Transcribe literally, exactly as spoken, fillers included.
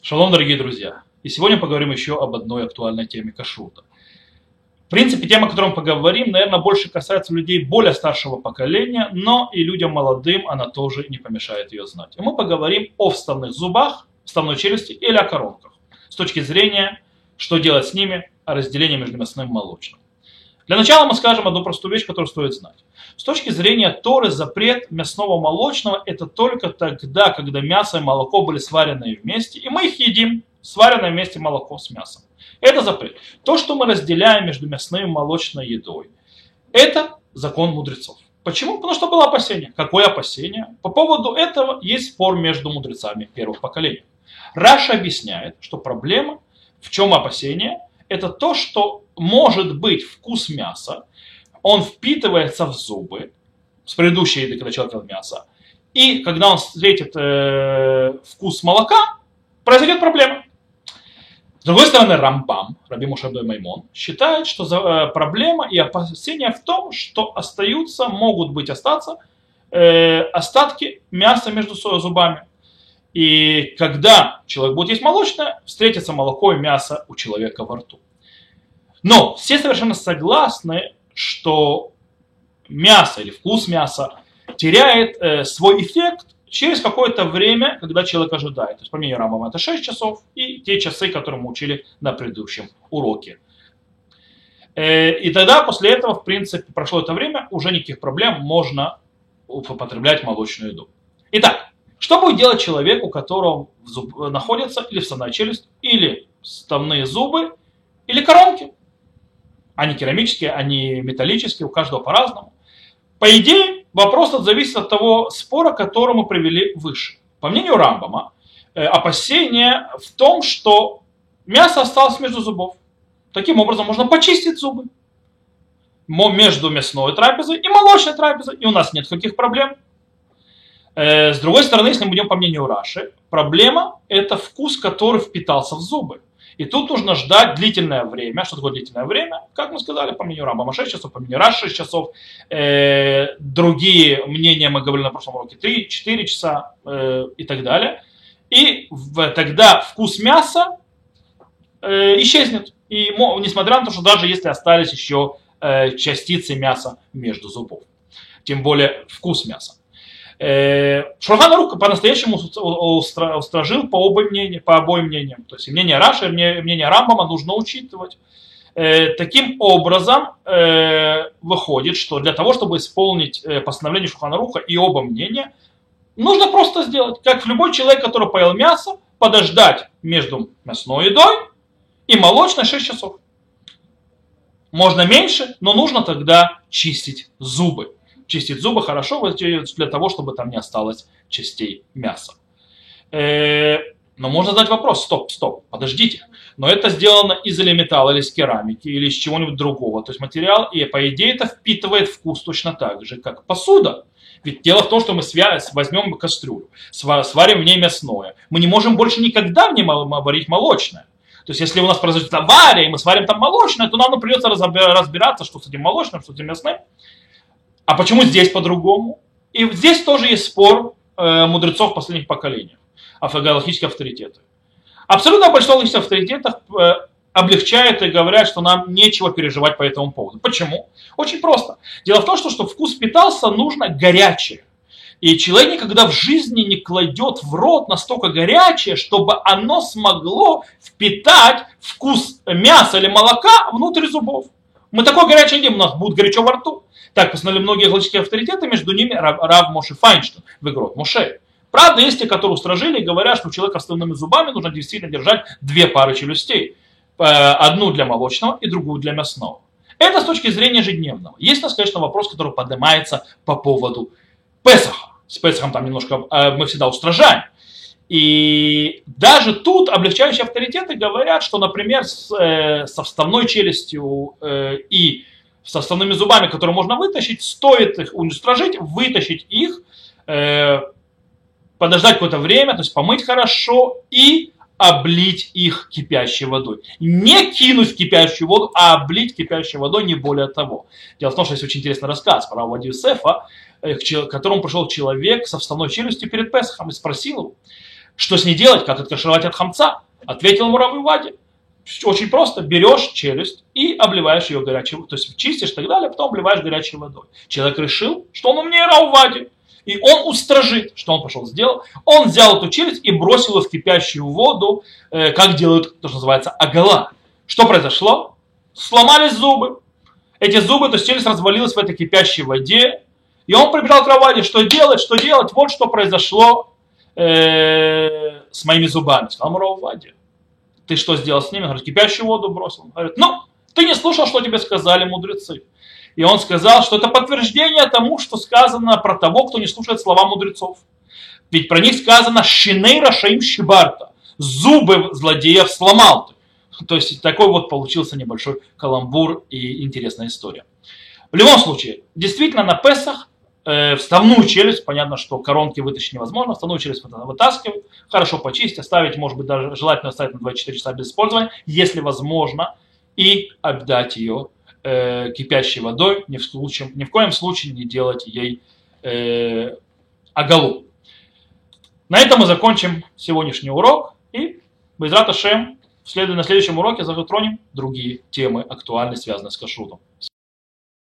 Шалом, дорогие друзья! И сегодня поговорим еще об одной актуальной теме кашрута. В принципе, тема, о которой мы поговорим, наверное, больше касается людей более старшего поколения, но и людям молодым она тоже не помешает ее знать. И мы поговорим о вставных зубах, вставной челюсти или о коронках. С точки зрения, что делать с ними, о разделении между мясным и молочным. Для начала мы скажем одну простую вещь, которую стоит знать. С точки зрения Торы запрет мясного молочного это только тогда, когда мясо и молоко были сварены вместе, и мы их едим, сваренное вместе молоко с мясом. Это запрет. То, что мы разделяем между мясной и молочной едой, это закон мудрецов. Почему? Потому что было опасение. Какое опасение? По поводу этого есть спор между мудрецами первых поколений. Раша объясняет, что проблема, в чем опасение, это то, что может быть вкус мяса, он впитывается в зубы с предыдущей еды, когда человек ел мясо, и когда он встретит э, вкус молока, произойдет проблема. С другой стороны, Рамбам, Раби Моше бен Маймон, считает, что за, э, проблема и опасения в том, что остаются, могут быть остаться э, остатки мяса между зубами. И когда человек будет есть молочное, встретится молоко и мясо у человека во рту. Но все совершенно согласны, что мясо или вкус мяса теряет э, свой эффект через какое-то время, когда человек ожидает. То есть, по мнению Рамбама, это шесть часов и те часы, которые мы учили на предыдущем уроке. Э, и тогда, после этого, в принципе, прошло это время, уже никаких проблем, можно употреблять молочную еду. Итак, что будет делать человек, у которого зуб, находится или вставная челюсть, или вставные зубы, или коронки? Они керамические, они металлические, у каждого по-разному. По идее, вопрос зависит от того спора, который мы привели выше. По мнению Рамбама, опасение в том, что мясо осталось между зубов. Таким образом, можно почистить зубы между мясной трапезой и молочной трапезой, и у нас нет никаких проблем. С другой стороны, если мы идем по мнению Раши, проблема – это вкус, который впитался в зубы. И тут нужно ждать длительное время. Что такое длительное время? Как мы сказали, по мнению Рамбама шесть часов, по мнению Раши шесть часов. Э, другие мнения мы говорили на прошлом уроке три-четыре часа э, и так далее. И в, тогда вкус мяса э, исчезнет. И несмотря на то, что даже если остались еще э, частицы мяса между зубов. Тем более вкус мяса. Шулхан Арух по-настоящему устражил по обоим мнениям, по обоим мнениям. То есть мнение Раши и мнение Рамбама нужно учитывать. Таким образом, выходит, что для того, чтобы исполнить постановление Шулхан Аруха и оба мнения, нужно просто сделать, как любой человек, который поел мясо, подождать между мясной едой и молочной шесть часов. Можно меньше, но нужно тогда чистить зубы. Чистить зубы хорошо для того, чтобы там не осталось частей мяса. Но можно задать вопрос, стоп, стоп, подождите. Но это сделано из или металла, или из керамики, или из чего-нибудь другого. То есть материал, и по идее это впитывает вкус точно так же, как посуда. Ведь дело в том, что мы возьмем кастрюлю, сварим в ней мясное. Мы не можем больше никогда в ней варить молочное. То есть если у нас произойдет авария, и мы сварим там молочное, то нам придется разбираться, что с этим молочным, что с этим мясным. А почему здесь по-другому? И здесь тоже есть спор э, мудрецов последних поколений, галахических авторитетов. Абсолютно большинство галахических авторитетов э, облегчают и говорят, что нам нечего переживать по этому поводу. Почему? Очень просто. Дело в том, что чтобы вкус питался, нужно горячее. И человек никогда в жизни не кладет в рот настолько горячее, чтобы оно смогло впитать вкус мяса или молока внутрь зубов. Мы такое горячее не едим, у нас будет горячо во рту. Так постановили многие галахические авторитеты, между ними Рав, Рав Моше Файнштейн в Игрот Моше. Правда, есть те, которые устражили и говорят, что у человека с вставными зубами нужно действительно держать две пары челюстей. Одну для молочного и другую для мясного. Это с точки зрения ежедневного. Есть у нас, конечно, вопрос, который поднимается по поводу Песаха. С Песахом там немножко мы всегда устражаем. И даже тут облегчающие авторитеты говорят, что, например, с, э, со вставной челюстью э, и со вставными зубами, которые можно вытащить, стоит их уничтожить, вытащить их, э, подождать какое-то время, то есть помыть хорошо и облить их кипящей водой. Не кинуть в кипящую воду, а облить кипящей водой, не более того. Дело в том, что есть очень интересный рассказ про Аву Йосефа, к которому пришел человек со вставной челюстью перед Песахом и спросил его, Что с ней делать? Как откашировать от хамца? Ответил ему Рав Вади. Очень просто. Берешь челюсть и обливаешь ее горячей водой. То есть чистишь и так далее, а потом обливаешь горячей водой. Человек решил, что он умнее Рав Вади. И он устражит. Что он пошел сделал? Он взял эту челюсть и бросил ее в кипящую воду, э, как делают то, что называется агала. Что произошло? Сломались зубы. Эти зубы, то есть челюсть развалилась в этой кипящей воде. И он прибежал к Рав Вади. Что делать? Что делать? Вот что произошло э, с моими зубами. Сказал ему Рав Вади. Ты что сделал с ними? Он говорит, кипящую воду бросил. Он говорит, ну, ты не слушал, что тебе сказали мудрецы. И он сказал, что это подтверждение тому, что сказано про того, кто не слушает слова мудрецов. Ведь про них сказано «Шиней рашаим шибарта». Зубы злодеев сломал ты. То есть такой вот получился небольшой каламбур и интересная история. В любом случае, действительно на Песах э, вставную челюсть, понятно, что коронки вытащить невозможно, вставную челюсть вытаскивать, хорошо почистить, оставить, может быть, даже желательно оставить на двадцать четыре часа без использования, если возможно, и обдать ее э, кипящей водой, ни в, случае, ни в коем случае не делать ей э, агалу. На этом мы закончим сегодняшний урок и Бейзрат Ашем на следующем уроке затронем другие темы, актуальные, связанные с кашрутом.